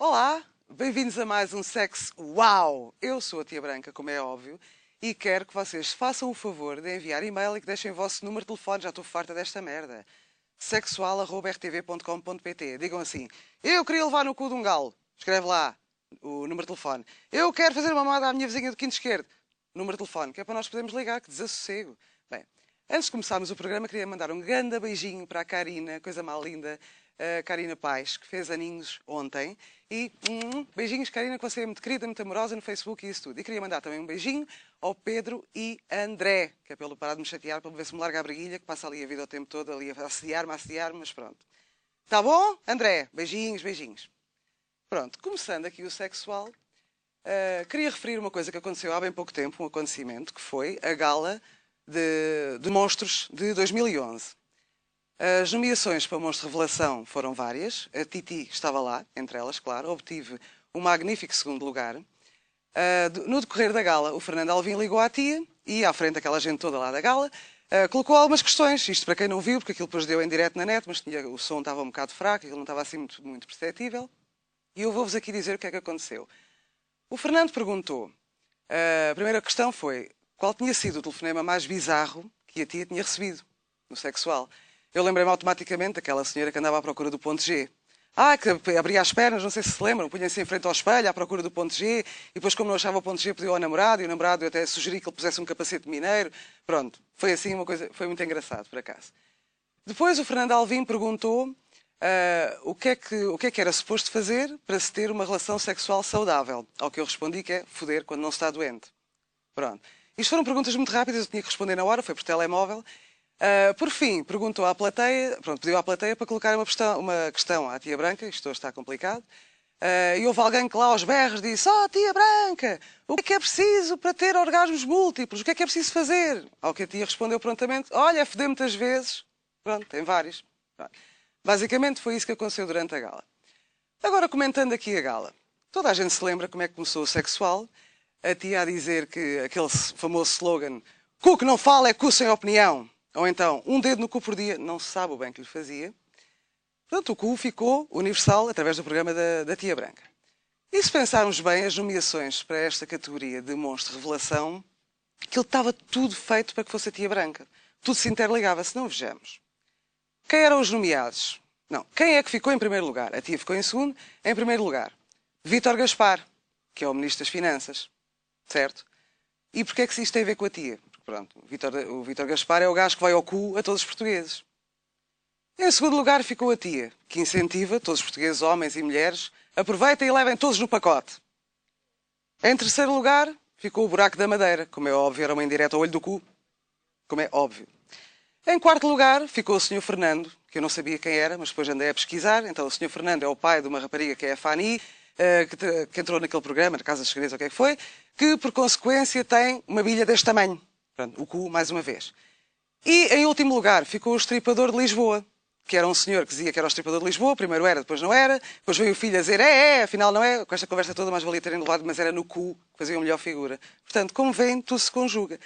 Olá, bem-vindos a mais um Sexo Uau! Eu sou a Tia Branca, como é óbvio, e quero que vocês façam o favor de enviar e-mail e que deixem o vosso número de telefone. Já estou farta desta merda. sexual@rtv.com.pt. Digam assim: eu queria levar no cu de um galo. Escreve lá o número de telefone. Eu quero fazer uma mamada à minha vizinha do quinto esquerdo. Número de telefone, que é para nós podermos ligar, que desassossego. Bem, antes de começarmos o programa, queria mandar um grande beijinho para a Karina, coisa mal linda, a Karina Pais, que fez aninhos ontem. E beijinhos, Karina, que você é muito querida, muito amorosa no Facebook e isso tudo. E queria mandar também um beijinho ao Pedro e André, que é pelo parar de me chatear, para ver se me larga a briguilha, que passa ali a vida o tempo todo, ali a assediar-me, mas pronto. Tá bom? André, beijinhos, beijinhos. Pronto, começando aqui o sexual, queria referir uma coisa que aconteceu há bem pouco tempo, um acontecimento, que foi a gala de Monstros de 2011. As nomeações para Monstro Revelação foram várias. A Titi estava lá, entre elas, claro. Obtive um magnífico segundo lugar. No decorrer da gala, o Fernando Alvim ligou à tia e, à frente daquela gente toda lá da gala, colocou algumas questões. Isto para quem não viu, porque aquilo depois deu em direto na net, mas o som estava um bocado fraco, aquilo não estava assim muito perceptível. E eu vou-vos aqui dizer o que é que aconteceu. O Fernando perguntou. A primeira questão foi qual tinha sido o telefonema mais bizarro que a tia tinha recebido no sexual. Eu lembrei-me automaticamente daquela senhora que andava à procura do ponto G. Que abria as pernas, não sei se lembram, punha-se em frente ao espelho à procura do ponto G, e depois, como não achava o ponto G, pediu ao namorado, e o namorado eu até sugeri que ele pusesse um capacete mineiro. Pronto, foi assim uma coisa, foi muito engraçado, por acaso. Depois o Fernando Alvim perguntou o que é que era suposto fazer para se ter uma relação sexual saudável. Ao que eu respondi que é foder quando não se está doente. Pronto. Isto foram perguntas muito rápidas, eu tinha que responder na hora, foi por telemóvel. Por fim, perguntou à plateia, pediu à plateia para colocar uma questão à Tia Branca, isto hoje está complicado, e houve alguém que lá aos berros disse: Tia Branca, o que é preciso para ter orgasmos múltiplos? O que é preciso fazer? Ao que a tia respondeu prontamente: olha, é foder muitas vezes. Pronto, tem vários. Pronto. Basicamente foi isso que aconteceu durante a gala. Agora, comentando aqui a gala, toda a gente se lembra como é que começou o sexual, a tia a dizer que aquele famoso slogan: cu que não fala é cu sem opinião. Ou então, um dedo no cu por dia, não se sabe o bem que lhe fazia. Portanto, o cu ficou universal através do programa da Tia Branca. E se pensarmos bem, as nomeações para esta categoria de Monstro Revelação, aquilo estava tudo feito para que fosse a Tia Branca. Tudo se interligava, se não vejamos. Quem eram os nomeados? Não, quem é que ficou em primeiro lugar? A tia ficou em segundo. Em primeiro lugar, Vítor Gaspar, que é o Ministro das Finanças. Certo? E porquê é que isto tem a ver com a tia? Pronto, o Vítor Gaspar é o gajo que vai ao cu a todos os portugueses. Em segundo lugar ficou a tia, que incentiva todos os portugueses, homens e mulheres, aproveitem e levem todos no pacote. Em terceiro lugar ficou o Buraco da Madeira, como é óbvio, era uma indireta ao olho do cu, como é óbvio. Em quarto lugar ficou o Sr. Fernando, que eu não sabia quem era, mas depois andei a pesquisar. Então o Sr. Fernando é o pai de uma rapariga que é a Fanny, que entrou naquele programa, na Casa dos Segredos, ou o que é que foi, que por consequência tem uma bilha deste tamanho. Pronto, o cu, mais uma vez. E, em último lugar, ficou o Estripador de Lisboa, que era um senhor que dizia que era o Estripador de Lisboa, primeiro era, depois não era, depois veio o filho a dizer, afinal não é, com esta conversa toda mais valia terem levado, mas era no cu que fazia uma melhor figura. Portanto, como veem, tudo se conjuga.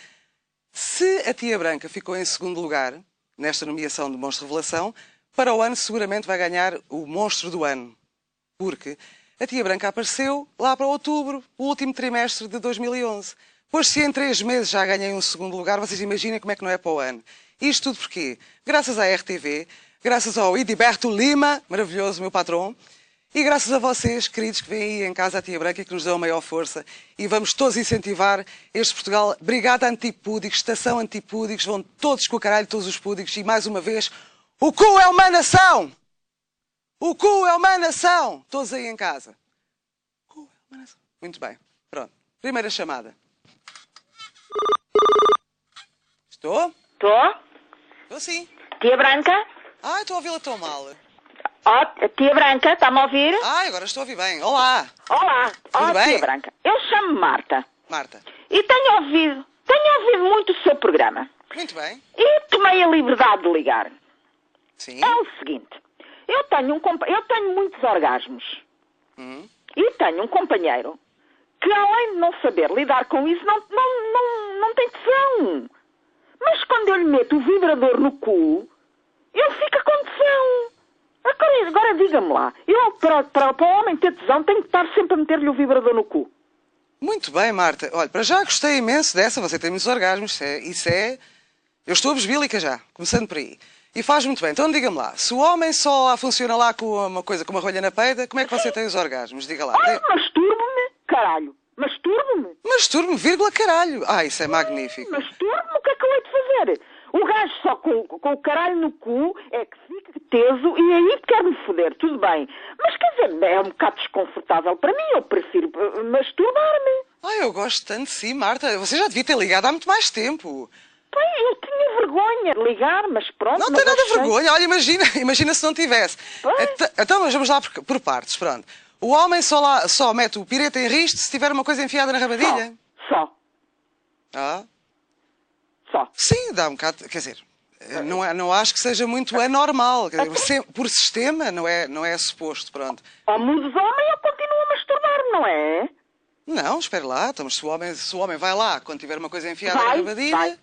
Se a Tia Branca ficou em segundo lugar, nesta nomeação de Monstro Revelação, para o ano seguramente vai ganhar o Monstro do Ano. Porque a Tia Branca apareceu lá para outubro, o último trimestre de 2011. Pois se em 3 meses já ganhei um segundo lugar, vocês imaginem como é que não é para o ano. Isto tudo porquê? Graças à RTV, graças ao Idiberto Lima, maravilhoso, meu patrão, e graças a vocês, queridos, que vêm aí em casa à Tia Branca, que nos dão a maior força. E vamos todos incentivar este Portugal. Brigada Antipúdicos, Estação Antipúdicos, vão todos com o caralho, todos os púdicos. E mais uma vez, o cu é uma nação! O cu é uma nação! Todos aí em casa. O cu é uma nação. Muito bem. Pronto. Primeira chamada. Estou? Estou? Estou sim. Tia Branca? Estou a ouvi-la tão mal. Tia Branca, está-me a ouvir? Agora estou a ouvir bem. Olá. Olá. Tudo bem? Tia Branca. Eu chamo-me Marta. Marta. E tenho ouvido muito o seu programa. Muito bem. E tomei a liberdade de ligar. Sim. É o seguinte. Eu tenho muitos orgasmos. E tenho um companheiro que, além de não saber lidar com isso, não tem tesão. Mas quando eu lhe meto o vibrador no cu, ele fica com tesão. Agora, agora diga-me lá, eu para o homem ter tesão tenho que estar sempre a meter-lhe o vibrador no cu. Muito bem, Marta. Olha, para já gostei imenso dessa. Você tem muitos orgasmos. Isso é... Eu estou besbílica já, começando por aí. E faz muito bem. Então diga-me lá, se o homem só funciona lá com uma coisa, com uma rolha na peida, como é que você tem os orgasmos? Diga lá. Ai, masturbo-me, caralho. Masturbo-me. Masturbo-me, vírgula, caralho. Ah, isso é magnífico. Masturbo-me, o que é que eu hei de fazer? O gajo só com o caralho no cu é que fica teso e aí quer-me foder, tudo bem. Mas quer dizer, é um bocado desconfortável para mim, eu prefiro masturbar-me. Ah, eu gosto tanto de si, Marta. Você já devia ter ligado há muito mais tempo. Bem, eu tinha vergonha de ligar, mas pronto. Não tem nada de vergonha. Olha, imagina se não tivesse. Então, mas vamos lá por partes, pronto. O homem só mete o pireta em riste se tiver uma coisa enfiada na rabadilha? Só. Ah? Só. Sim, dá um bocado... Quer dizer, não acho que seja muito anormal. Quer dizer, por sistema, não é suposto, pronto. Ao mundo do homem eu continuo a masturbar, não é? Não, espera lá. Então, mas se o homem vai lá quando tiver uma coisa enfiada na rabadilha...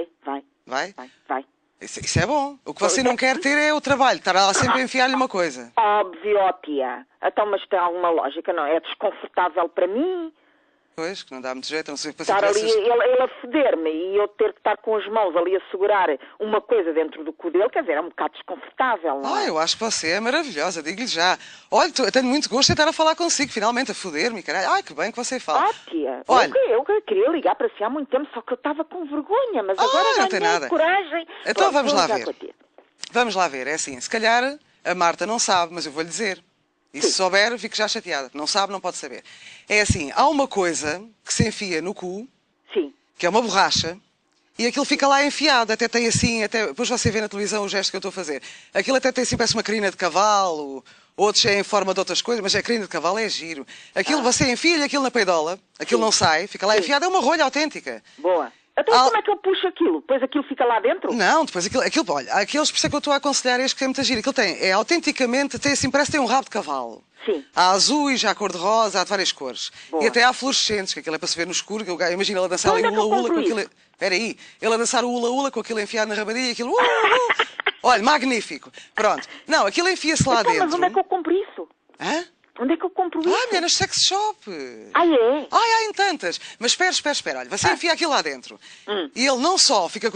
Vai? Isso é bom. O que você não quer ter é o trabalho. Estar lá sempre a enfiar-lhe uma coisa. Óbvio, ó tia. Então, mas tem alguma lógica, não? É desconfortável para mim. Pois, que não dá muito jeito. Não sei estar ali, ele a foder-me e eu ter que estar com as mãos ali a segurar uma coisa dentro do cu dele, quer dizer, é um bocado desconfortável, não é? Eu acho que você é maravilhosa, digo-lhe já. Olha, eu tenho muito gosto em estar a falar consigo, finalmente, a foder-me, caralho. Ai, que bem que você fala. Tia, olha, eu queria ligar para si há muito tempo, só que eu estava com vergonha, mas agora não tem nada. Coragem. Então vamos lá ver. Vamos lá ver, é assim, se calhar a Marta não sabe, mas eu vou-lhe dizer. E se souber, fico já chateada. Não sabe, não pode saber. É assim, há uma coisa que se enfia no cu, sim, que é uma borracha, e aquilo fica lá enfiado. Até tem assim, depois você vê na televisão o gesto que eu estou a fazer. Aquilo até tem assim, parece uma crina de cavalo, outros é em forma de outras coisas, mas a crina de cavalo é giro. Aquilo você enfia-lhe aquilo na peidola, aquilo não sai, fica lá enfiado, é uma rolha autêntica. Boa. Então como é que eu puxo aquilo? Depois aquilo fica lá dentro? Não, depois aquilo olha, aqueles, por isso é que eu estou a aconselhar este que é muito giro. Aquilo autenticamente, parece que tem um rabo de cavalo. Sim. Há azuis, há cor-de-rosa, há de várias cores. Boa. E até há fluorescentes, que aquilo é para se ver no escuro. Imagina ele a dançar ali hula-hula com aquilo... Espera aí, ele a dançar o hula-hula com aquilo enfiado na rabadilha e aquilo... Olha, magnífico. Pronto. Não, aquilo enfia-se lá dentro. Mas onde é que eu compro isso? Hã? Onde é que eu compro isso? Mulher, nas sex shop. É? Há em tantas. Mas espera. Olha, você enfia aquilo lá dentro. E ele não só fica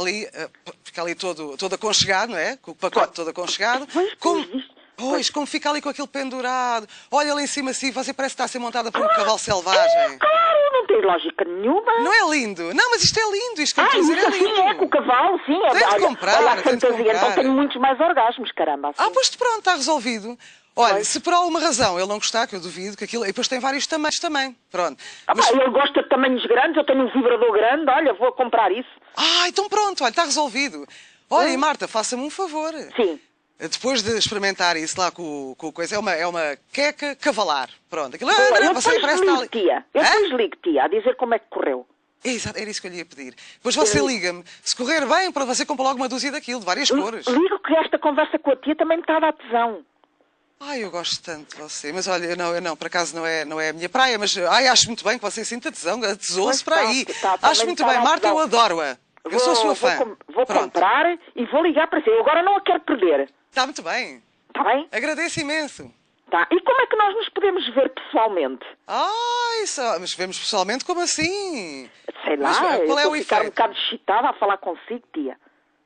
ali todo aconchegado, não é? Com o pacote todo aconchegado. Como fica ali com aquilo pendurado. Olha ali em cima assim, você parece que está a ser montada por um cavalo selvagem. Claro, não tem lógica nenhuma. Não é lindo? Não, mas isto é lindo. Isto que eu estou a dizer é lindo. Sim, é com o cavalo, sim. Tem de comprar, olha a fantasia. Então tenho muitos mais orgasmos, caramba. Assim. Pois pronto, está resolvido. Olha, se por alguma razão ele não gostar, que eu duvido, que aquilo... E depois tem vários tamanhos também. Pronto. Ele gosta de tamanhos grandes, eu tenho um vibrador grande, olha, vou comprar isso. Então pronto, olha, está resolvido. Olha, e Marta, faça-me um favor. Sim. Depois de experimentar isso lá com coisa, é uma queca cavalar. Pronto. Aquilo, eu depois ligo, tia. Eu depois ligo, tia, a dizer como é que correu. Exato, era isso que eu lhe ia pedir. Depois você liga-me. Se correr bem, para você compra logo uma dúzia daquilo, de várias cores. Ligo que esta conversa com a tia também me está a dar tesão. Eu gosto tanto de você. Mas olha, eu não, por acaso não é a minha praia, mas acho muito bem que você sinta tesão, tesouros para aí. Acho muito bem. Marta, eu adoro-a. Eu sou sua fã. Vou comprar e vou ligar para si. Eu agora não a quero perder. Está muito bem. Está bem? Agradeço imenso. Tá. E como é que nós nos podemos ver pessoalmente? Mas vemos pessoalmente como assim? Sei lá, mas, qual é o ficar um bocado excitada a falar consigo, tia.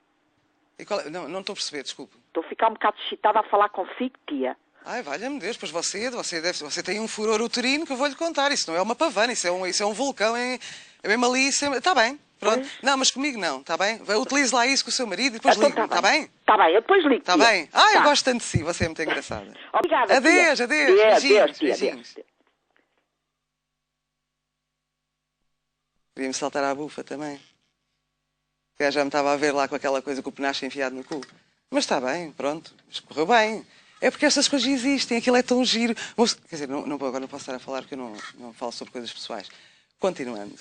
Não estou a perceber, desculpe. Estou a ficar um bocado excitada a falar consigo, tia. Valha-me Deus, pois você tem um furor uterino que eu vou-lhe contar. Isso não é uma pavana, isso é um vulcão, é mesmo ali. Está bem, pronto. Não, mas comigo não, está bem? Utilize lá isso com o seu marido e depois ligue-me, está bem? Está bem, eu depois ligo. Está bem? Eu gosto tanto de si, você é muito engraçada. Obrigada, adeus. Beijinhos. Queria-me saltar à bufa também. Já me estava a ver lá com aquela coisa com o penacho enfiado no cu. Mas está bem, pronto. Correu bem. É porque estas coisas existem, aquilo é tão giro. Quer dizer, agora não posso estar a falar porque eu não falo sobre coisas pessoais. Continuando.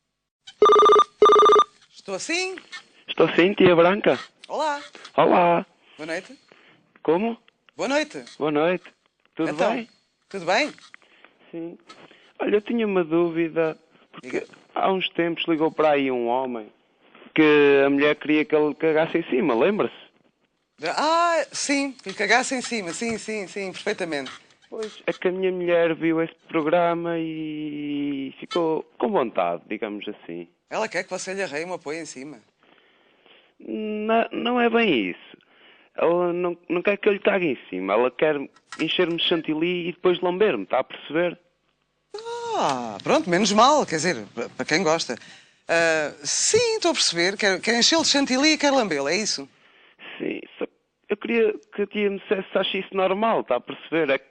Estou assim? Estou sim, tia Branca. Olá. Olá. Boa noite. Como? Boa noite. Boa noite. Tudo bem? Tudo bem? Sim. Olha, eu tinha uma dúvida, porque há uns tempos ligou para aí um homem que a mulher queria que ele cagasse em cima, lembra-se? Sim, que lhe cagasse em cima. Sim, sim, sim, perfeitamente. Pois, é que a minha mulher viu esse programa e ficou com vontade, digamos assim. Ela quer que você lhe arreie uma poia em cima. Não é bem isso. Ela não quer que eu lhe cague em cima. Ela quer encher-me de chantilly e depois lamber-me, está a perceber? Pronto, menos mal, quer dizer, para quem gosta. Sim, estou a perceber. Quer enchê-lo de chantilly e quer lambê-lo, é isso? Sim, só que eu queria que a tia me dissesse se acha isso normal, está a perceber? É que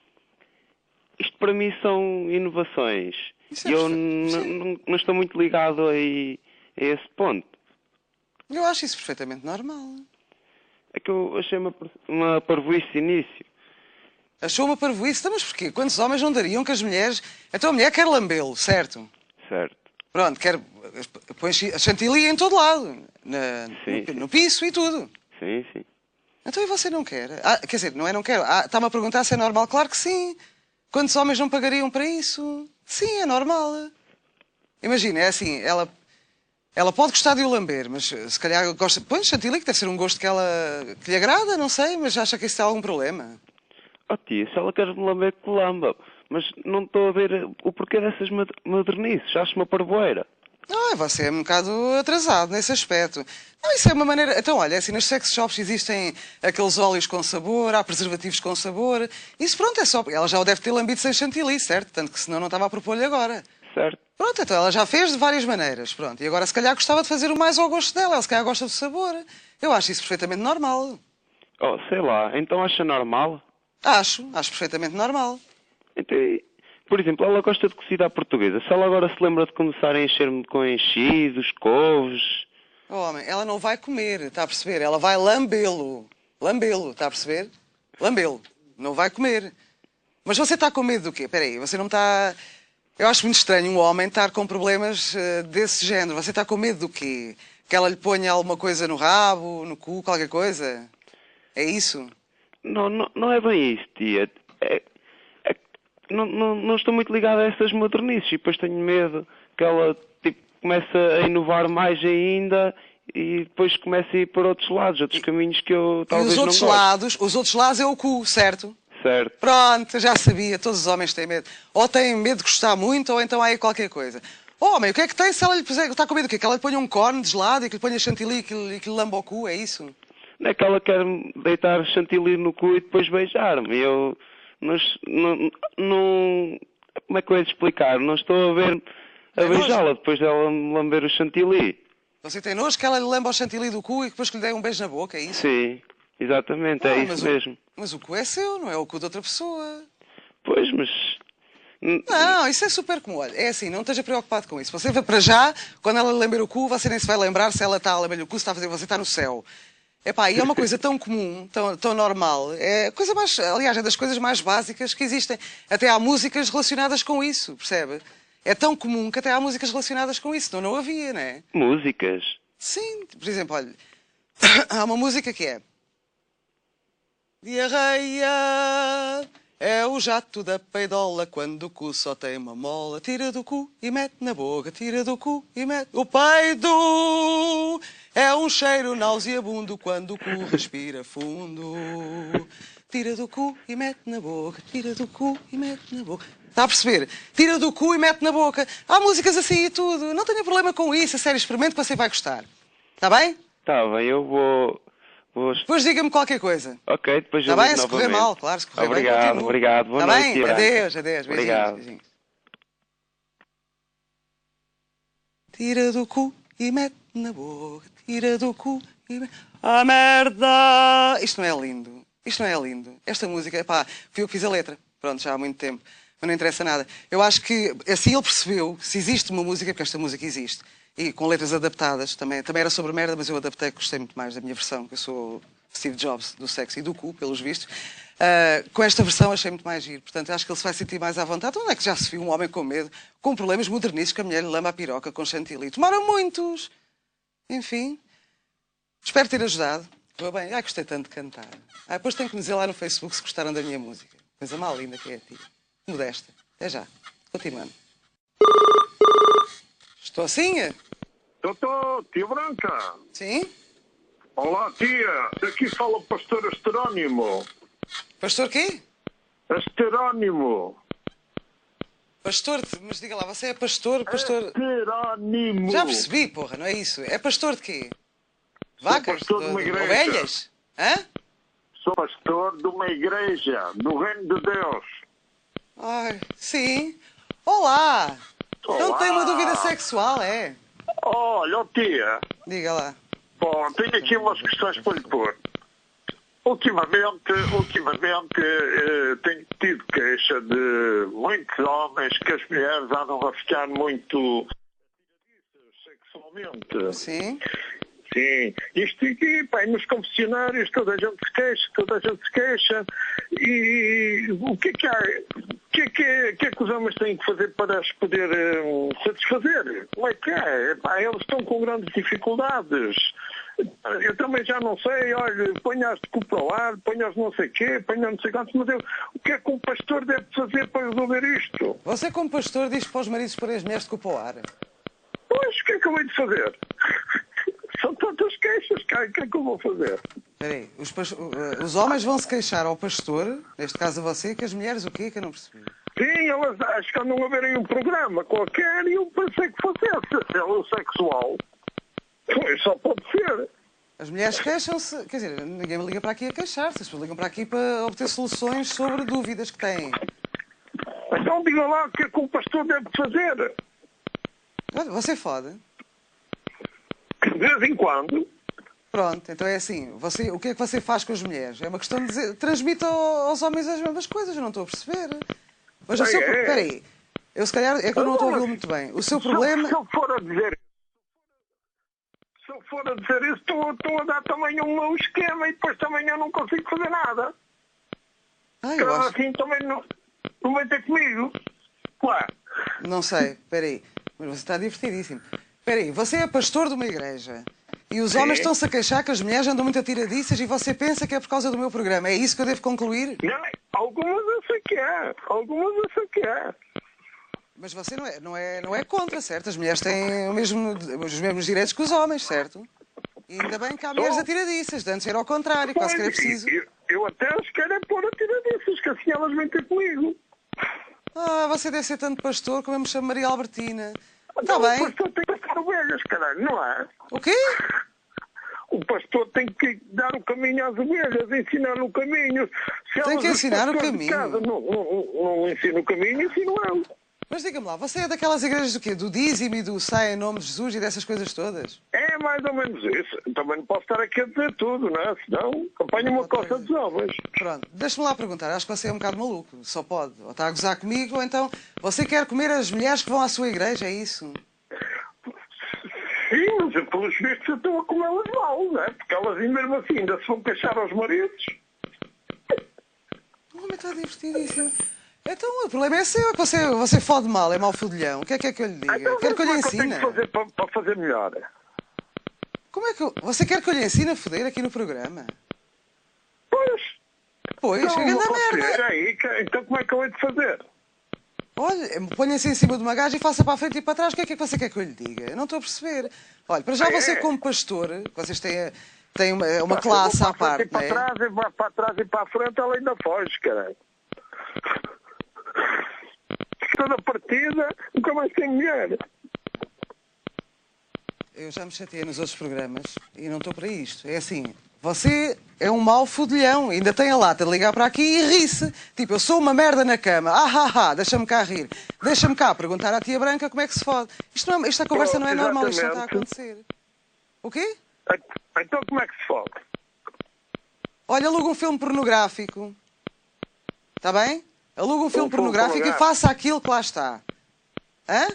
isto para mim são inovações. Isso E é eu perfeito. Sim. não estou muito ligado a esse ponto. Eu acho isso perfeitamente normal. É que eu achei uma parvoíce de início. Achou uma parvoíce? Então, mas porquê? Quantos homens não dariam que as mulheres... Então a mulher quer lambê-lo, certo? Certo. Pronto, põe chantilly em todo lado. Sim, sim. No piso e tudo. Sim, sim. Então e você não quer? Quer dizer, não é não quero. Está-me a perguntar se é normal? Claro que sim. Quantos homens não pagariam para isso? Sim, é normal. Imagina, é assim, ela pode gostar de o lamber, mas se calhar gosta... Põe chantilly, que deve ser um gosto que lhe agrada, não sei, mas acha que isso tem algum problema. Oh tia, se ela quer me lamber, que lamba. Mas não estou a ver o porquê dessas modernices. Acho uma parvoeira. Não, você é um bocado atrasado nesse aspecto. Não, isso é uma maneira... Então, olha, assim, nas sex shops existem aqueles óleos com sabor, há preservativos com sabor. Isso, pronto, é só... Ela já o deve ter lambido sem chantilly, certo? Tanto que senão não estava a propor-lhe agora. Certo. Pronto, então ela já fez de várias maneiras. Pronto, e agora se calhar gostava de fazer o mais ao gosto dela. Ela se calhar gosta do sabor. Eu acho isso perfeitamente normal. Oh, sei lá. Então acha normal? Acho perfeitamente normal. Então, por exemplo, ela gosta de cozida à portuguesa. Se ela agora se lembra de começar a encher-me com enchidos, couves... Oh, homem, ela não vai comer, está a perceber? Ela vai lambê-lo. Lambê-lo, está a perceber? Lambê-lo. Não vai comer. Mas você está com medo do quê? Espera aí, você não está... Eu acho muito estranho um homem estar com problemas desse género. Você está com medo do quê? Que ela lhe ponha alguma coisa no rabo, no cu, qualquer coisa? É isso? Não é bem isso, tia. Não estou muito ligado a essas modernices e depois tenho medo que ela tipo, comece a inovar mais ainda e depois comece a ir por outros lados, outros caminhos que eu talvez não goste. Os outros lados é o cu, certo? Certo. Pronto, eu já sabia, todos os homens têm medo. Ou têm medo de gostar muito, ou então há aí qualquer coisa. Homem, o que é que tem se ela lhe puser... Está com medo do quê? Que ela lhe ponha um cone de gelado e que lhe ponha chantilly e que lhe lamba o cu, é isso? Não é que ela quer deitar chantilly no cu e depois beijar-me. Eu não... Como é que eu ia te explicar? Não estou a ver a beijá-la depois dela me lamber o chantilly. Você tem nojo que ela lhe lamba o chantilly do cu e depois que lhe dê um beijo na boca, é isso? Sim, exatamente, é isso mesmo. Mas o cu é seu, não é o cu de outra pessoa. Pois, mas... Não, isso é super comum. Olha, é assim, não esteja preocupado com isso. Você vai para já, quando ela lhe lamber o cu, você nem se vai lembrar se ela está a lamber o cu, se está a fazer, você está no céu. Epá, e é uma coisa tão comum, tão normal. É a coisa mais, aliás, é das coisas mais básicas que existem. Até há músicas relacionadas com isso, percebe? É tão comum que até há músicas relacionadas com isso. Não havia, não é? Músicas? Sim, por exemplo, olha, há uma música que é diarreia é o jato da peidola quando o cu só tem uma mola. Tira do cu e mete na boca, tira do cu e mete... O peido é um cheiro nauseabundo quando o cu respira fundo. Tira do cu e mete na boca, tira do cu e mete na boca. Está a perceber? Tira do cu e mete na boca. Há músicas assim e tudo. Não tenha problema com isso. A sério, experimente que você vai gostar. Está bem? Está bem, eu vou... Depois diga-me qualquer coisa. Ok, depois eu ligo novamente. Está bem? Se correr mal, claro. Se correr obrigado, bem, continuo. obrigado. Boa Está noite. bem? Adeus, adeus. Beijinhos, obrigado. beijinhos. Tira do cu e mete na boca. Tira do cu e mete... Ah, merda! Isto não é lindo. Isto não é lindo. Esta música, pá, fui eu que fiz a letra. Pronto, já há muito tempo. Mas não interessa nada. Eu acho que assim ele percebeu que se existe uma música, porque esta música existe, e com letras adaptadas, também era sobre merda, mas eu adaptei, gostei muito mais da minha versão, que eu sou Steve Jobs do sexo e do cu, pelos vistos. Com esta versão achei muito mais giro. Portanto, acho que ele se vai sentir mais à vontade. Onde é que já se viu um homem com medo, com problemas modernistas, que a mulher lhe lama a piroca com chantilly? Tomaram muitos! Enfim, espero ter ajudado. Vou bem. Ai, gostei tanto de cantar. Depois tenho que me dizer lá no Facebook se gostaram da minha música. Coisa mal linda que é a tia. Modesta. Até já. Continuando. Estou assim? Tô, tia Branca. Sim? Olá, tia. Aqui fala o pastor Asterónimo. Pastor quê? Asterónimo. Pastor, mas diga lá, você é pastor? Asterónimo. Já percebi, porra, não é isso? É pastor de quê? Vacas? pastor de uma igreja. Ovelhas? Hã? Sou pastor de uma igreja, do Reino de Deus. Ai, sim. Olá! Não Olá. tem uma dúvida sexual, é? Olha, ó, tia. Diga lá. Bom, tenho aqui umas questões para lhe pôr. Ultimamente tenho tido queixa de muitos homens que as mulheres andam a ficar muito sexualmente. Sim. Sim, isto aqui, pá, nos confessionários toda a gente se queixa, e o que é que há, o que é que os homens têm que fazer para as poder satisfazer? Como é que é? Pá, eles estão com grandes dificuldades. Eu também já não sei, olha, ponha-as de cu para o ar, ponha-as não sei quê, ponha não sei quantos, mas o que é que um pastor deve fazer para resolver isto? Você, como pastor, diz para os maridos porem as mulheres de cu para o ar. Pois, o que é que eu hei de fazer? São tantas queixas, o que é que eu vou fazer? Espera aí, os homens vão se queixar ao pastor, neste caso a você, que as mulheres o quê? Que eu não percebi. Sim, elas acho que andam a verem um programa qualquer e eu pensei que fosse esse, o sexual. Pois, só pode ser. As mulheres queixam-se, quer dizer, ninguém me liga para aqui a queixar-se, as pessoas ligam para aqui para obter soluções sobre dúvidas que têm. Então diga lá o que é que o pastor deve fazer. Olha, você fode. De vez em quando. Pronto, então é assim, o que é que você faz com as mulheres? É uma questão de dizer, transmita aos homens as mesmas coisas, eu não estou a perceber. Mas o seu... Espera aí, eu se calhar é que eu não estou a ouvi-lo muito bem. O seu problema... Se eu for a dizer isso, estou a dar também um mau esquema e depois também eu não consigo fazer nada. Eu acho... assim também não vai ter comigo. Claro. Não sei, espera aí, mas você está divertidíssimo. Espera aí, você é pastor de uma igreja e os homens estão-se a queixar que as mulheres andam muito atiradiças e você pensa que é por causa do meu programa. É isso que eu devo concluir? Não, algumas eu sei que é. Mas você não é contra, certo? As mulheres têm os mesmos direitos que os homens, certo? E ainda bem que há mulheres atiradiças, de antes era ao contrário, quase que era preciso. Eu até as quero é pôr atiradiças, que assim elas vêm ter comigo. Você deve ser tanto pastor como eu me chamo Maria Albertina. Está Então, bem. o pastor tem que passar ovelhas, caralho, não é? O quê? O pastor tem que dar o caminho às ovelhas, ensinar o caminho. Tem que ensinar o caminho. Casa, não ensina o caminho, ensino eu. Mas diga-me lá, você é daquelas igrejas do quê? Do dízimo e do sai em nome de Jesus e dessas coisas todas? É mais ou menos isso. Também não posso estar aqui a dizer tudo, não é? Senão apanho uma coça dos homens. Pronto, deixa-me lá perguntar. Acho que você é um bocado maluco. Só pode. Ou está a gozar comigo, ou então você quer comer as mulheres que vão à sua igreja, é isso? Sim, mas eu, pelos vistos eu estou a comê-las mal, não é? Porque elas mesmo assim ainda se vão queixar aos maridos. O homem está divertidíssimo. Então o problema é seu, é que você fode mal, é mau fodilhão. O que é que eu lhe diga? Então, Quer que eu lhe ensine? Tenho que fazer para fazer melhor? Como é que você quer que eu lhe ensine a foder aqui no programa? Pois, então, chega da merda. Aí, então como é que eu hei de fazer? Olha, ponha-se em cima de uma gaja e faça para a frente e para trás. O que é que você quer que eu lhe diga? Eu não estou a perceber. Olha, para já você como pastor, vocês têm uma classe à parte, não é? Para trás e para a frente ela ainda foge, caralho. Toda partida, nunca mais tem mulher. Eu já me chateei nos outros programas e não estou para isto. É assim, você é um mau fodilhão, ainda tem a lata de ligar para aqui e ri-se. Tipo, eu sou uma merda na cama. Deixa-me cá rir. Deixa-me cá perguntar à tia Branca como é que se fode. Esta conversa não é normal, isto não está a acontecer. O quê? Então como é que se fode? Olha, aluga um filme pornográfico. Está bem? Aluga um filme pornográfico e faça aquilo que lá está. Hã?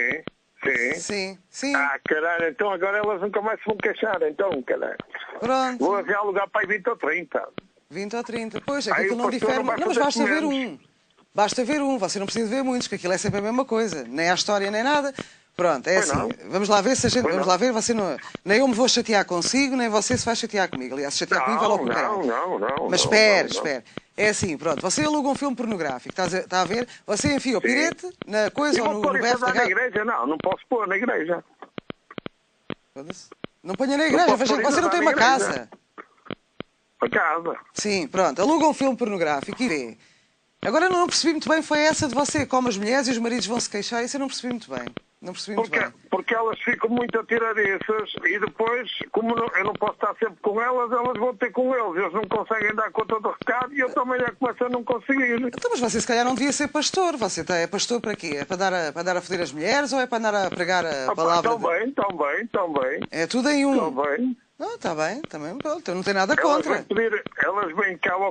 Sim. Caralho, então agora elas nunca mais se vão queixar, então, caralho. Pronto. Vou alugar para aí 20 ou 30. 20 ou 30. Pois, é que aquilo não difere. Não, mas basta ver um. Basta ver um. Você não precisa ver muitos, que aquilo é sempre a mesma coisa. Nem há história, nem nada. Pronto, é assim. Vamos lá ver se a gente... Vamos lá ver, você não... Nem eu me vou chatear consigo, nem você se vai chatear comigo. Aliás, se chatear comigo, vai logo com o caralho. Não. Mas espera. É assim, pronto. Você aluga um filme pornográfico, está a ver? Você enfia o pirete na coisa ou no BF da na igreja? Não posso pôr na igreja. Não ponha na igreja, veja que você não tem uma casa. Uma casa. Sim, pronto, aluga um filme pornográfico e vê. Agora não percebi muito bem, foi essa de você, como as mulheres e os maridos vão se queixar, isso eu não percebi muito bem. Não percebi muito bem. Porque elas ficam muito atiradiças e depois, como eu não posso estar sempre com elas, elas vão ter com eles. Eles não conseguem dar conta do recado e eu também já começo a não conseguir. Então, mas você se calhar não devia ser pastor. Você é pastor para quê? É para dar a foder as mulheres ou é para andar a pregar a palavra? Também. É tudo em um. Também. Não, está bem, também, pronto, eu não tenho nada contra. Elas vêm cá ao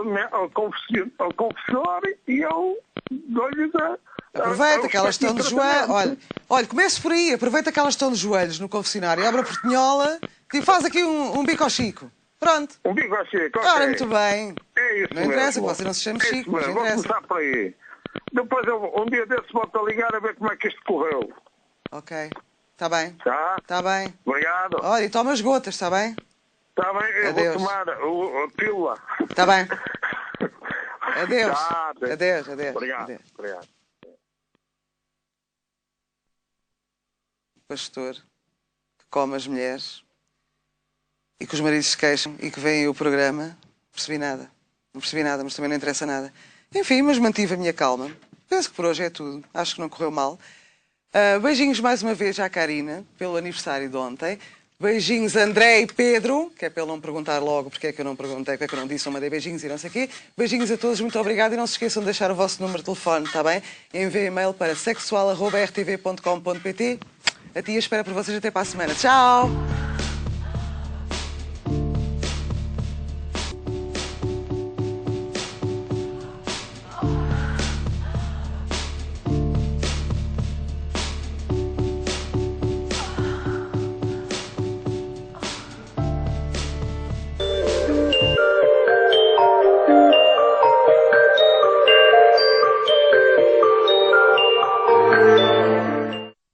confessor e eu dou-lhes a... Aproveita que elas estão de joelhos. Olha, comece por aí, aproveita que elas estão de joelhos no confessionário, abre a portinhola e faz aqui um bico ao Chico. Pronto. Um bico ao Chico, ok. Ora, muito bem. É isso não interessa mesmo. que você não se chame Chico, mas não Vou interessa. começar por aí. Depois um dia desses volto a ligar a ver como é que isto correu. Ok. Está bem. Tá? Está bem. Obrigado. Olha, e toma as gotas, está bem? Está bem, eu Adeus. vou tomar a pílula. Está bem. Adeus. Tá, Adeus. Obrigado. Pastor que come as mulheres e que os maridos se queixam e que veem o programa, não percebi nada, mas também não interessa nada. Enfim, mas mantive a minha calma. Penso que por hoje é tudo. Acho que não correu mal. Beijinhos mais uma vez à Karina, pelo aniversário de ontem. Beijinhos André e Pedro, que é para ele não perguntar logo porque é que eu não perguntei, porque é que eu não disse, eu mandei beijinhos e não sei o quê. Beijinhos a todos, muito obrigado e não se esqueçam de deixar o vosso número de telefone, está bem? Enviem e-mail para sexual@rtv.com.pt. A tia espera por vocês até para a semana. Tchau!